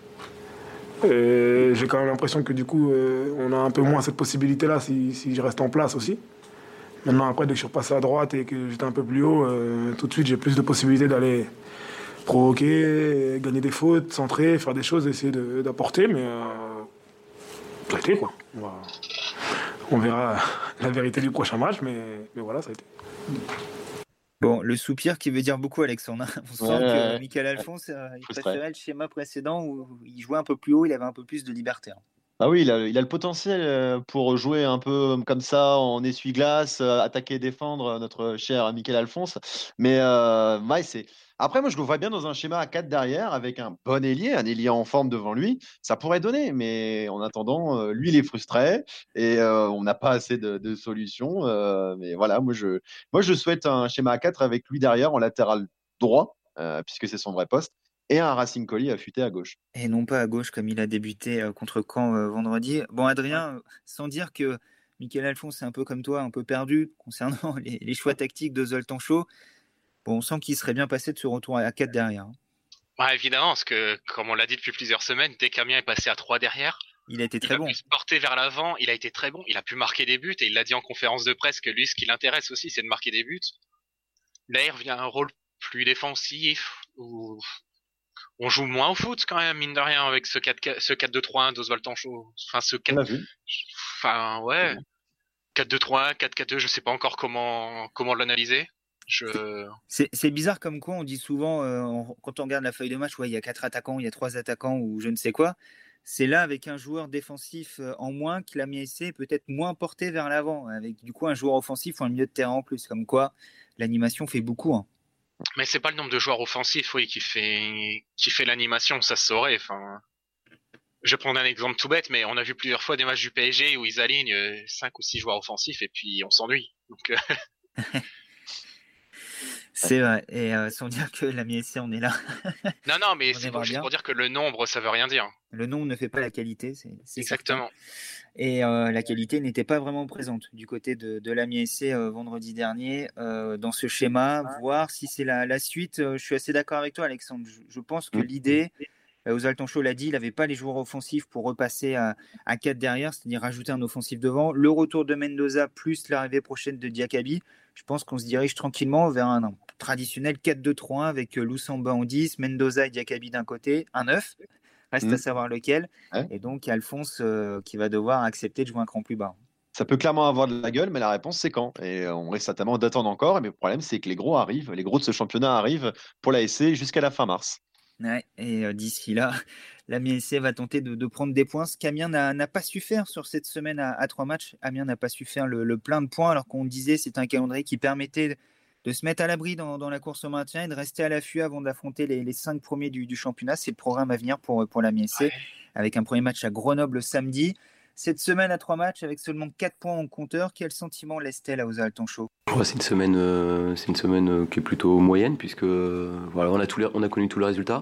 Et j'ai quand même l'impression que du coup, euh, on a un peu moins cette possibilité-là si, si je reste en place aussi. Maintenant, après, dès que je suis repassé à droite et que j'étais un peu plus haut, euh, tout de suite, j'ai plus de possibilités d'aller provoquer, gagner des fautes, centrer, faire des choses, essayer de, d'apporter. Mais euh, ça a été, quoi. On, va, on verra la vérité du prochain match, mais, mais voilà, ça a été. Bon, le soupir qui veut dire beaucoup, Alexandre. On sent Ouais, que ouais. Michael Alphonse, euh, il Frustré. préférait le schéma précédent où il jouait un peu plus haut, il avait un peu plus de liberté. hein. Ah oui, il a, il a le potentiel euh, pour jouer un peu comme ça en essuie-glace, euh, attaquer et défendre euh, notre cher Michael Alphonse. Mais euh, ouais, c'est. Après, moi, je le vois bien dans un schéma à quatre derrière avec un bon ailier, un ailier en forme devant lui. Ça pourrait donner, mais en attendant, euh, lui, il est frustré et euh, on n'a pas assez de, de solutions. euh, mais voilà, moi je, moi, je souhaite un schéma à quatre avec lui derrière en latéral droit, euh, puisque c'est son vrai poste, et un Racing Colli affûté à gauche. Et non pas à gauche comme il a débuté euh, contre Caen euh, vendredi. Bon, Adrien, euh, sans dire que Michael Alphonse est un peu comme toi, un peu perdu concernant les, les choix tactiques de Zoltan Tanchot, bon, on sent qu'il serait bien passé de ce retour à quatre derrière. hein. Ouais, évidemment, parce que, comme on l'a dit depuis plusieurs semaines, dès qu'Amiens est passé à trois derrière, Il a été il très a bon. pu se porter vers l'avant, il a été très bon, il a pu marquer des buts, et il l'a dit en conférence de presse que lui, ce qui l'intéresse aussi, c'est de marquer des buts. Là, il revient à un rôle plus défensif, où on joue moins au foot quand même, mine de rien, avec ce quatre deux trois un d'Oswald Tanchot. Enfin, ce On quatre... l'a vu. Enfin, ouais. quatre deux trois un, quatre quatre deux, je sais pas encore comment, comment l'analyser. Je... C'est, c'est bizarre comme quoi on dit souvent, euh, on- quand on regarde la feuille de match, ouais, il y a quatre attaquants, il y a trois attaquants ou je ne sais quoi. C'est là avec un joueur défensif euh, en moins que la M S C est peut-être moins porté vers l'avant, avec du coup un joueur offensif ou un milieu de terrain en plus. Comme quoi, l'animation fait beaucoup. hein. Mais c'est pas le nombre de joueurs offensifs, oui, qui fait, qui fait l'animation, ça se saurait. Enfin, je vais prendre un exemple tout bête, mais on a vu plusieurs fois des matchs du P S G où ils alignent euh, cinq ou six joueurs offensifs et puis on s'ennuie. Donc, euh, C'est vrai. Et euh, sans dire que la M S C en est là. non, non, mais On c'est aimerait juste bien. pour dire que le nombre, ça veut rien dire. Le nombre ne fait pas la qualité, c'est, c'est certain. Exactement. Et euh, la qualité n'était pas vraiment présente du côté de, de la M S C euh, vendredi dernier euh, dans ce schéma. Voir si c'est la, la suite. Euh, je suis assez d'accord avec toi, Alexandre. Je, je pense que Mm. l'idée, Euh, Ozal Tancho l'a dit, il n'avait pas les joueurs offensifs pour repasser à, à quatre derrière, c'est-à-dire rajouter un offensif devant. Le retour de Mendoza plus l'arrivée prochaine de Diakabi, je pense qu'on se dirige tranquillement vers un, un traditionnel quatre deux trois un avec Lusamba en dix, Mendoza et Diakabi d'un côté, un neuf. Reste mmh. à savoir lequel. Ouais. Et donc, Alphonse euh, qui va devoir accepter de jouer un cran plus bas. Ça peut clairement avoir de la gueule, mais la réponse, c'est quand. Et on risque certainement d'attendre encore. Mais le problème, c'est que les gros arrivent. Les gros de ce championnat arrivent pour la S C jusqu'à la fin mars. Ouais, et euh, d'ici là, l'Amiens S C va tenter de, de prendre des points. Ce qu'Amiens n'a, n'a pas su faire sur cette semaine à, à trois matchs. Amiens n'a pas su faire le, le plein de points, alors qu'on disait que c'est un calendrier qui permettait de se mettre à l'abri dans, dans la course au maintien et de rester à l'affût avant d'affronter les, les cinq premiers du, du championnat. C'est le programme à venir pour, pour l'Amiens S C, ouais. Avec un premier match à Grenoble samedi. Cette semaine à trois matchs avec seulement quatre points en compteur, quel sentiment laisse-t-elle à Ozal Tancho ? Ouais, c'est une semaine, euh, c'est une semaine euh, qui est plutôt moyenne puisque euh, voilà, on a tous les, on a connu tous les résultats.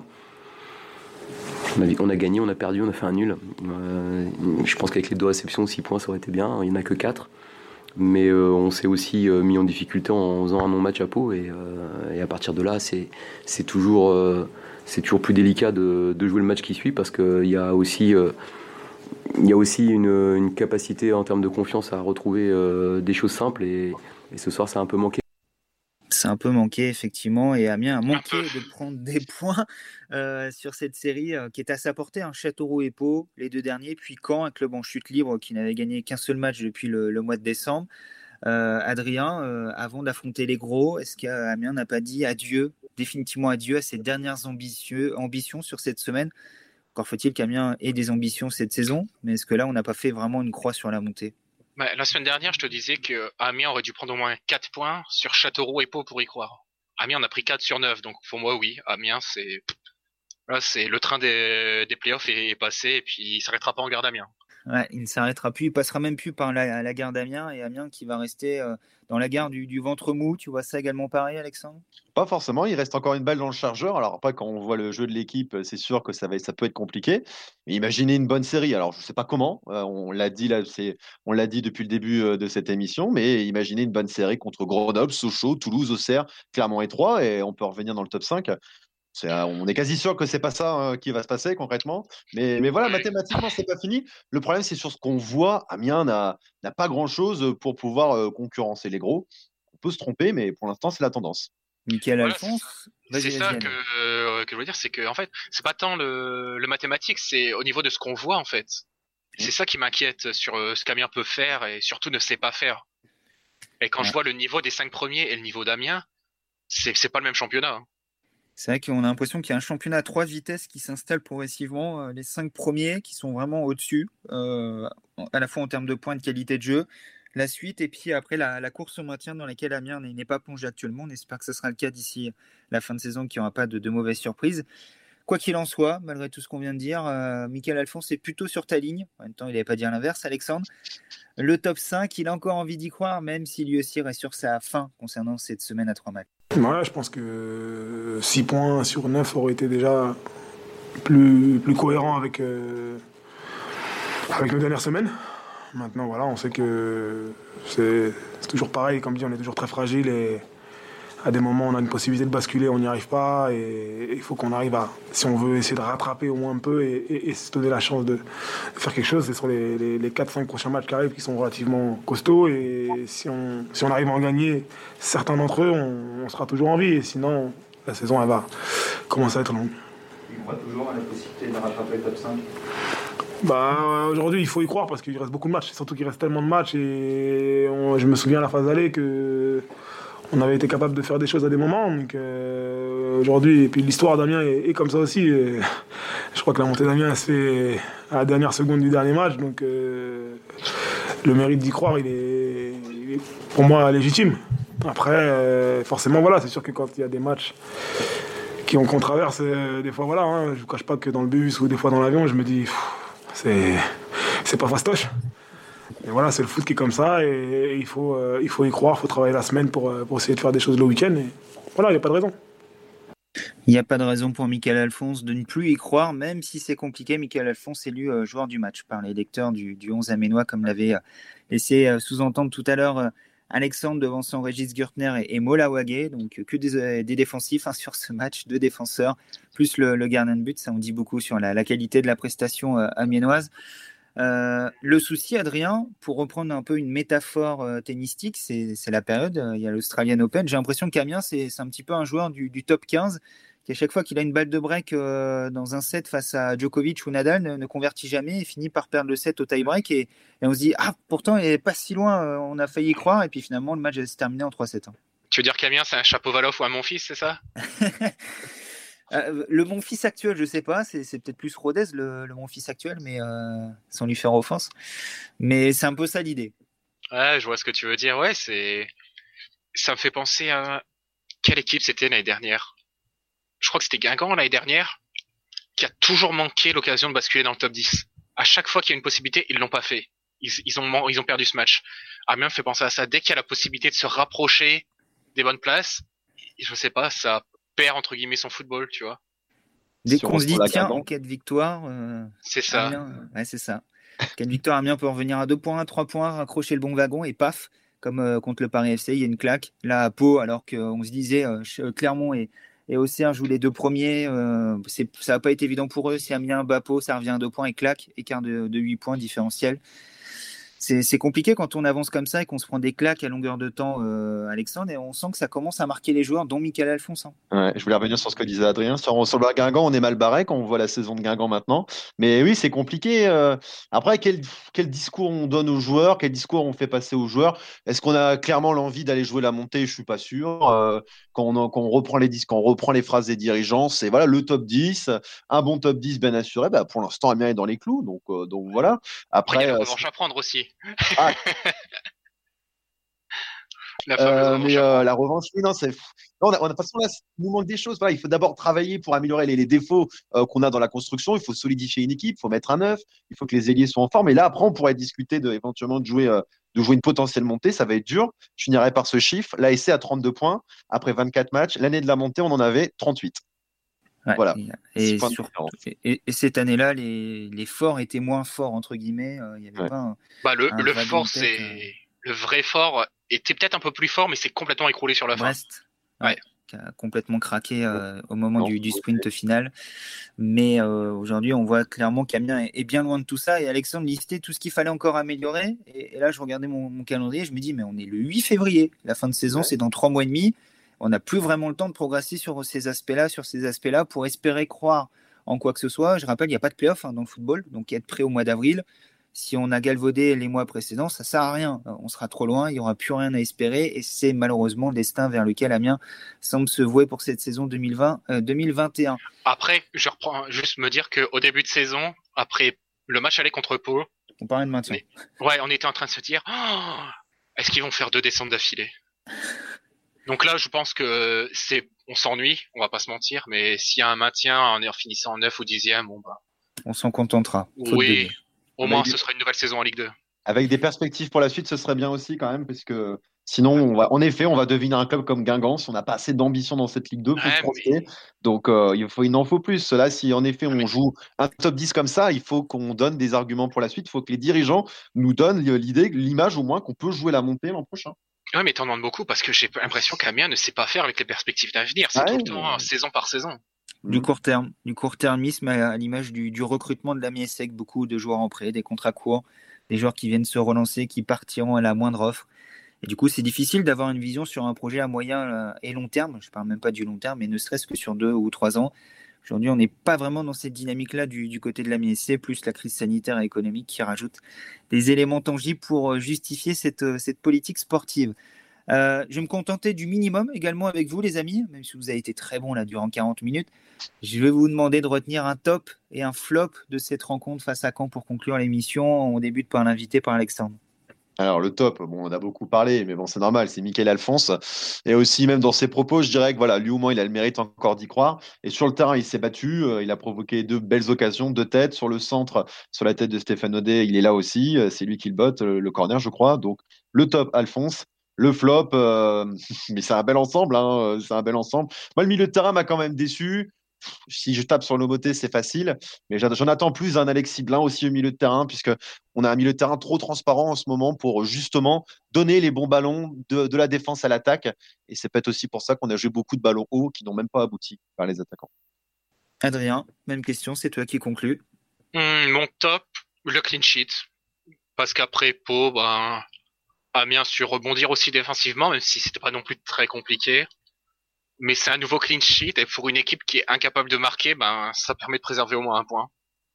On a, on a gagné, on a perdu, on a fait un nul. Euh, je pense qu'avec les deux réceptions, six points, ça aurait été bien. Il n'y en a que quatre. Mais euh, on s'est aussi euh, mis en difficulté en faisant un non-match à Pau. Et, euh, et à partir de là, c'est, c'est, toujours, euh, c'est toujours plus délicat de, de jouer le match qui suit parce qu'il y a aussi... Euh, Il y a aussi une, une capacité en termes de confiance à retrouver euh, des choses simples et, et ce soir ça a un peu manqué. C'est un peu manqué effectivement et Amiens a manqué de prendre des points euh, sur cette série euh, qui est à sa portée, hein. Châteauroux et Pau, les deux derniers, puis Caen, un club en chute libre qui n'avait gagné qu'un seul match depuis le, le mois de décembre. Euh, Adrien, euh, avant d'affronter les gros, est-ce qu'Amiens n'a pas dit adieu, définitivement adieu à ses dernières ambitieux, ambitions sur cette semaine ? Encore faut-il qu'Amiens ait des ambitions cette saison, mais est-ce que là, on n'a pas fait vraiment une croix sur la montée ? Bah, la semaine dernière, je te disais qu'Amiens aurait dû prendre au moins quatre points sur Châteauroux et Pau pour y croire. Amiens, on a pris quatre sur neuf, donc pour moi, oui, Amiens, c'est, là, c'est le train des, des playoffs est passé et puis il ne s'arrêtera pas en gare d'Amiens. Ouais, il ne s'arrêtera plus, il passera même plus par la, la gare d'Amiens et Amiens qui va rester euh, dans la gare du, du ventre mou. Tu vois ça également pareil, Alexandre ? Pas forcément, il reste encore une balle dans le chargeur. Alors après, quand on voit le jeu de l'équipe, c'est sûr que ça, va, ça peut être compliqué. Mais imaginez une bonne série. Alors je ne sais pas comment, euh, on l'a dit là, c'est, on l'a dit depuis le début euh, de cette émission, mais imaginez une bonne série contre Grenoble, Sochaux, Toulouse, Auxerre, Clermont et Troyes, et on peut revenir dans le top cinq. C'est, on est quasi sûr que c'est pas ça euh, qui va se passer concrètement, mais, mais voilà, mathématiquement c'est pas fini. Le problème c'est sur ce qu'on voit. Amiens n'a, n'a pas grand chose pour pouvoir euh, concurrencer les gros. On peut se tromper, mais pour l'instant c'est la tendance. Michael voilà, Alphonse, c'est, c'est ça que, euh, que je veux dire, c'est que en fait c'est pas tant le, le mathématique, c'est au niveau de ce qu'on voit en fait. Mmh. C'est ça qui m'inquiète sur euh, ce qu'Amiens peut faire et surtout ne sait pas faire. Et quand ouais. je vois le niveau des cinq premiers et le niveau d'Amiens, c'est c'est pas le même championnat. Hein. C'est vrai qu'on a l'impression qu'il y a un championnat à trois vitesses qui s'installe progressivement. Les cinq premiers qui sont vraiment au-dessus, euh, à la fois en termes de points de qualité de jeu, la suite et puis après la, la course au maintien dans laquelle Amiens n'est, n'est pas plongé actuellement. On espère que ce sera le cas d'ici la fin de saison, qu'il n'y aura pas de, de mauvaises surprises. Quoi qu'il en soit, malgré tout ce qu'on vient de dire, euh, Michael Alphonse est plutôt sur ta ligne. En même temps, il n'avait pas dit l'inverse, Alexandre. Le top cinq, il a encore envie d'y croire, même si lui aussi reste sur sa fin concernant cette semaine à trois matchs. Ouais, je pense que six points sur neuf aurait été déjà plus, plus cohérent avec, euh, avec nos dernières semaines. Maintenant, voilà, on sait que c'est, c'est toujours pareil. Comme dit, on est toujours très fragile et à des moments, on a une possibilité de basculer, on n'y arrive pas. Et il faut qu'on arrive à, si on veut essayer de rattraper au moins un peu et, et, et se donner la chance de, de faire quelque chose, c'est sur les, les, les quatre cinq prochains matchs qui arrivent qui sont relativement costauds. Et si on, si on arrive à en gagner certains d'entre eux, on, on sera toujours en vie. Et sinon, la saison, elle va commencer à être longue. Il croit toujours à la possibilité de rattraper le top cinq ? Bah, aujourd'hui, il faut y croire parce qu'il reste beaucoup de matchs. Surtout qu'il reste tellement de matchs. Et on, je me souviens à la phase d'aller que on avait été capable de faire des choses à des moments. Donc euh, aujourd'hui, et puis l'histoire d'Amiens est, est comme ça aussi. Et je crois que la montée d'Amiens se fait à la dernière seconde du dernier match. Donc euh, le mérite d'y croire, il est, il est pour moi légitime. Après, euh, forcément, voilà, c'est sûr que quand il y a des matchs qui, qu'on traverse, euh, des fois, voilà, hein, je ne vous cache pas que dans le bus ou des fois dans l'avion, je me dis, pff, c'est, c'est pas fastoche. Et voilà, c'est le foot qui est comme ça et, et il, faut, euh, il faut y croire, il faut travailler la semaine pour, pour essayer de faire des choses le week-end. Et voilà, il n'y a pas de raison. Il n'y a pas de raison pour Michael Alphonse de ne plus y croire, même si c'est compliqué. Michael Alphonse est élu euh, joueur du match par les lecteurs du, du onze aménois, comme l'avait euh, laissé euh, sous-entendre tout à l'heure euh, Alexandre devançant Régis Gürtner et, et Mola Wagué, donc que des, des défensifs hein, sur ce match, deux défenseurs, plus le, le gardien de but, ça on dit beaucoup sur la, la qualité de la prestation euh, amiénoise. Euh, le souci, Adrien, pour reprendre un peu une métaphore euh, tennistique, c'est, c'est la période, euh, il y a l'Australian Open, j'ai l'impression qu'Amiens, c'est, c'est un petit peu un joueur du, du top quinze, qui à chaque fois qu'il a une balle de break euh, dans un set face à Djokovic ou Nadal, ne, ne convertit jamais et finit par perdre le set au tie-break, et, et on se dit, ah, pourtant, il n'est pas si loin, euh, on a failli y croire, et puis finalement, le match s'est terminé en trois sept. Hein. Tu veux dire qu'Amiens, c'est un Chapovalov ou un Monfils, c'est ça? Euh, le mon fils actuel, je sais pas, c'est, c'est peut-être plus Rodez le, le mon fils actuel, mais euh, sans lui faire offense. Mais c'est un peu ça l'idée. Ouais, je vois ce que tu veux dire. Ouais, c'est, ça me fait penser à quelle équipe c'était l'année dernière. Je crois que c'était Guingamp l'année dernière, qui a toujours manqué l'occasion de basculer dans le top dix. À chaque fois qu'il y a une possibilité, ils l'ont pas fait. Ils, ils ont, ils ont perdu ce match. Amiens me fait penser à ça. Dès qu'il y a la possibilité de se rapprocher des bonnes places, je sais pas, ça perd entre guillemets son football, tu vois. Dès si qu'on se dit tiens en cas de victoire, euh, c'est ça. Amiens, ouais, c'est ça. En cas de victoire, Amiens peut revenir à deux points, trois points, raccrocher le bon wagon et paf, comme euh, contre le Paris F C, il y a une claque. Là à Pau, alors qu'on se disait euh, Clermont et, et Auxerre jouent les deux premiers, euh, c'est, ça n'a pas été évident pour eux. Si Amiens bat Pau, ça revient à deux points et claque, écart de, de huit points différentiel. C'est, c'est compliqué quand on avance comme ça et qu'on se prend des claques à longueur de temps, euh, Alexandre, et on sent que ça commence à marquer les joueurs, dont Michael Alphonse. Hein. Ouais, je voulais revenir sur ce que disait Adrien. Sur, sur le Guingamp, on est mal barré quand on voit la saison de Guingamp maintenant. Mais oui, c'est compliqué. Euh, après, quel, quel discours on donne aux joueurs? Quel discours on fait passer aux joueurs? Est-ce qu'on a clairement l'envie d'aller jouer la montée? Je suis pas sûr. Euh, quand, on, quand, on reprend les, quand on reprend les phrases des dirigeants, c'est voilà, le top dix, un bon top dix bien assuré. Bah, pour l'instant, Amiens est dans les clous. Donc, euh, donc voilà. Après, il y a la euh, revanche à prendre aussi. Ah. la euh, mais euh, la revanche, oui, non, c'est. Non, on a, on a, de toute façon, là, il nous manque des choses. Voilà, il faut d'abord travailler pour améliorer les, les défauts euh, qu'on a dans la construction. Il faut solidifier une équipe, il faut mettre un neuf, il faut que les ailiers soient en forme. Et là, après, on pourrait discuter de, éventuellement de jouer, euh, de jouer une potentielle montée. Ça va être dur. Je finirai par ce chiffre. L'A S C a trente-deux points après vingt-quatre matchs. L'année de la montée, on en avait trente-huit. Ouais, voilà. Et, et, sur, et, et cette année-là, les, les forts étaient moins forts, entre guillemets. Il y avait ouais. pas un, bah, le, un le fort, tête, c'est. Euh... Le vrai fort était peut-être un peu plus fort, mais c'est complètement écroulé sur la Brest, fin. Ouais. Ouais, qui a complètement craqué euh, au moment du, du sprint final. Mais euh, aujourd'hui, on voit clairement qu'Amiens est, est bien loin de tout ça. Et Alexandre listait tout ce qu'il fallait encore améliorer. Et, et là, je regardais mon, mon calendrier, je me dis, mais on est le huit février. La fin de saison, ouais. C'est dans trois mois et demi. On n'a plus vraiment le temps de progresser sur ces aspects-là, sur ces aspects-là, pour espérer croire en quoi que ce soit. Je rappelle, il n'y a pas de play-off hein, dans le football, donc être prêt au mois d'avril. Si on a galvaudé les mois précédents, ça ne sert à rien. On sera trop loin, il n'y aura plus rien à espérer. Et c'est malheureusement le destin vers lequel Amiens semble se vouer pour cette saison deux mille vingt deux mille vingt et un. Après, je reprends juste me dire qu'au début de saison, après le match aller contre Pau, on parlait de maintien. Mais, ouais, on était en train de se dire oh, est-ce qu'ils vont faire deux descentes d'affilée? Donc là, je pense que c'est, on s'ennuie, on va pas se mentir, mais s'il y a un maintien en finissant en neuf ou dixième, bon bah. On s'en contentera. Oui. Au moins, ce sera une nouvelle saison en Ligue deux. Avec des perspectives pour la suite, ce serait bien aussi quand même, parce que sinon, on va, en effet, on va devenir un club comme Guingamp si on n'a pas assez d'ambition dans cette Ligue deux pour ouais, se projeter. Mais... Donc, euh, il, faut, il en faut plus. Là, si en effet, on mais... joue un top dix comme ça, il faut qu'on donne des arguments pour la suite. Il faut que les dirigeants nous donnent l'idée, l'image au moins qu'on peut jouer la montée l'an prochain. Oui, mais t'en demandes beaucoup parce que j'ai l'impression qu'Amiens ne sait pas faire avec les perspectives d'avenir. C'est ah, tout ouais, le temps, mais... saison par saison. Du court terme, du court-termisme à, à l'image du, du recrutement de l'Amiens Sec, beaucoup de joueurs en prêt, des contrats courts, des joueurs qui viennent se relancer, qui partiront à la moindre offre. Et du coup, c'est difficile d'avoir une vision sur un projet à moyen et long terme. Je ne parle même pas du long terme, mais ne serait-ce que sur deux ou trois ans. Aujourd'hui, on n'est pas vraiment dans cette dynamique-là du, du côté de l'Amiens S C, plus la crise sanitaire et économique qui rajoute des éléments tangibles pour justifier cette, cette politique sportive. Euh, je vais me contenter du minimum également avec vous, les amis, même si vous avez été très bon là durant quarante minutes. Je vais vous demander de retenir un top et un flop de cette rencontre face à Caen pour conclure l'émission. On débute par l'invité, par Alexandre. Alors le top, bon, on a beaucoup parlé, mais bon, c'est normal, c'est Michael Alphonse. Et aussi, même dans ses propos, je dirais que voilà, lui au moins, il a le mérite encore d'y croire. Et sur le terrain, il s'est battu, euh, il a provoqué deux belles occasions, deux têtes. Sur le centre, sur la tête de Stéphane Audet, il est là aussi. C'est lui qui le botte, le, le corner, je crois. Donc le top, Alphonse. Le flop, euh, mais c'est un bel ensemble, hein, c'est un bel ensemble. Moi, le milieu de terrain m'a quand même déçu. si je tape sur Lomoté, c'est facile, mais j'en j'en attends plus d'un Alexis Blin aussi au milieu de terrain, puisque on a un milieu de terrain trop transparent en ce moment pour justement donner les bons ballons de, de la défense à l'attaque. Et c'est peut-être aussi pour ça qu'on a joué beaucoup de ballons hauts qui n'ont même pas abouti par les attaquants. Adrien, même question, c'est toi qui conclus. Hum, mon top, le clean sheet. Parce qu'après Pau, ben, Amiens a su rebondir aussi défensivement, même si c'était pas non plus très compliqué. Mais c'est un nouveau clean sheet, et pour une équipe qui est incapable de marquer, ben, ça permet de préserver au moins un point.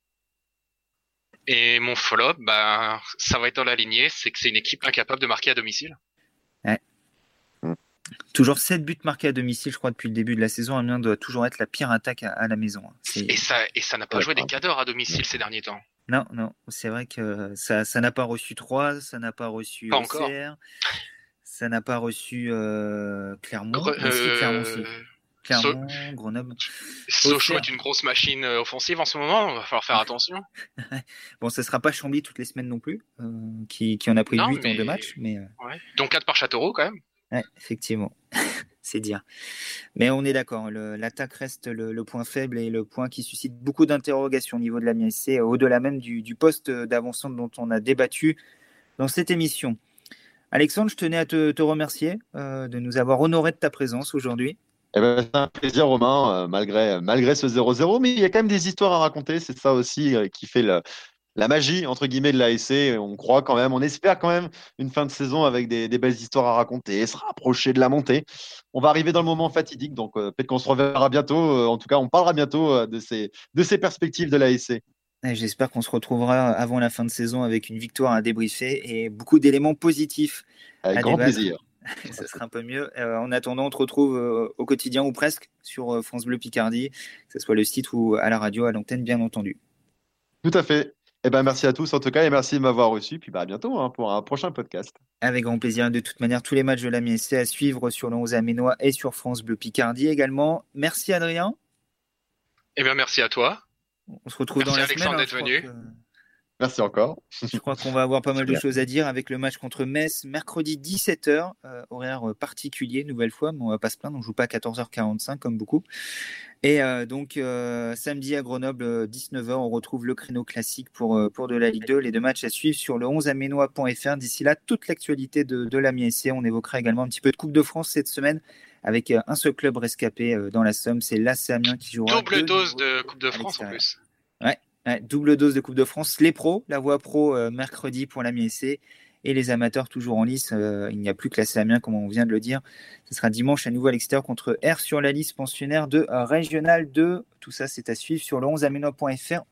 Et mon follow-up, ben, ça va être dans la lignée, c'est que c'est une équipe incapable de marquer à domicile. Ouais. Mmh. Toujours sept buts marqués à domicile, je crois, depuis le début de la saison. Amiens doit toujours être la pire attaque à, à la maison. C'est... Et ça, et ça n'a pas ouais, joué ouais. des cadors à domicile ouais. ces derniers temps. Non, non, c'est vrai que ça, ça n'a pas reçu Troyes, ça n'a pas reçu pas Auxerre, ça n'a pas reçu euh, Clermont. Gre- Mais si, Clermont euh... aussi. Clermont, so... Grenoble. Sochaux est une grosse machine offensive en ce moment, il va falloir faire attention. Bon, ce ne sera pas Chambly toutes les semaines non plus, euh, qui, qui en a pris non, huit mais... en deux matchs. Mais... Ouais. Donc quatre par Châteauroux quand même. Ouais, effectivement, c'est dire. Mais on est d'accord, le, l'attaque reste le, le point faible et le point qui suscite beaucoup d'interrogations au niveau de l'Amiens S C, au-delà même du, du poste d'avant-centre dont on a débattu dans cette émission. Alexandre, je tenais à te, te remercier euh, de nous avoir honoré de ta présence aujourd'hui. Eh ben, c'est un plaisir, Romain, euh, malgré, malgré ce zéro zéro, mais il y a quand même des histoires à raconter, c'est ça aussi euh, qui fait le, la magie, entre guillemets, de l'A S C. On croit quand même, on espère quand même une fin de saison avec des, des belles histoires à raconter, se rapprocher de la montée. On va arriver dans le moment fatidique, donc euh, peut-être qu'on se reverra bientôt, euh, en tout cas on parlera bientôt euh, de, ces, de ces perspectives de l'A S C. Et j'espère qu'on se retrouvera avant la fin de saison avec une victoire à débriefer et beaucoup d'éléments positifs avec à grand débattre. Plaisir. Ça sera un peu mieux. Euh, en attendant, on te retrouve euh, au quotidien ou presque sur euh, France Bleu Picardie, que ce soit le site ou à la radio, à l'antenne, bien entendu. Tout à fait. Eh ben, merci à tous en tout cas et merci de m'avoir reçu. Puis bah, à bientôt hein, pour un prochain podcast. Avec grand plaisir. De toute manière, tous les matchs de l'Amiens S C à suivre sur le onze Aménois et sur France Bleu Picardie également. Merci Adrien. Eh bien, merci à toi. On se retrouve merci dans la Alexandre semaine. D'être venu. Que... Merci encore. Je crois qu'on va avoir pas mal de choses à dire avec le match contre Metz, mercredi dix-sept heures, euh, horaire particulier, nouvelle fois, mais on va pas se plaindre, on ne joue pas à quatorze heures quarante-cinq comme beaucoup. Et euh, donc, euh, samedi à Grenoble, dix-neuf heures, on retrouve le créneau classique pour, euh, pour de la Ligue deux. Les deux matchs à suivre sur le onze aménois point f r. D'ici là, toute l'actualité de, de l'Amiens S C. On évoquera également un petit peu de Coupe de France cette semaine avec euh, un seul club rescapé euh, dans la Somme, c'est l'A C Amiens qui jouera. Double dose de Coupe de France en plus. Ouais. Ouais, double dose de Coupe de France, les pros, la voie pro euh, mercredi pour l'Amiens S C et les amateurs toujours en lice. Euh, il n'y a plus que l'A C Amiens, comme on vient de le dire. Ce sera dimanche à nouveau à l'extérieur contre R sur la liste pensionnaire de euh, Régional deux. Tout ça, c'est à suivre sur le onze aménois point f r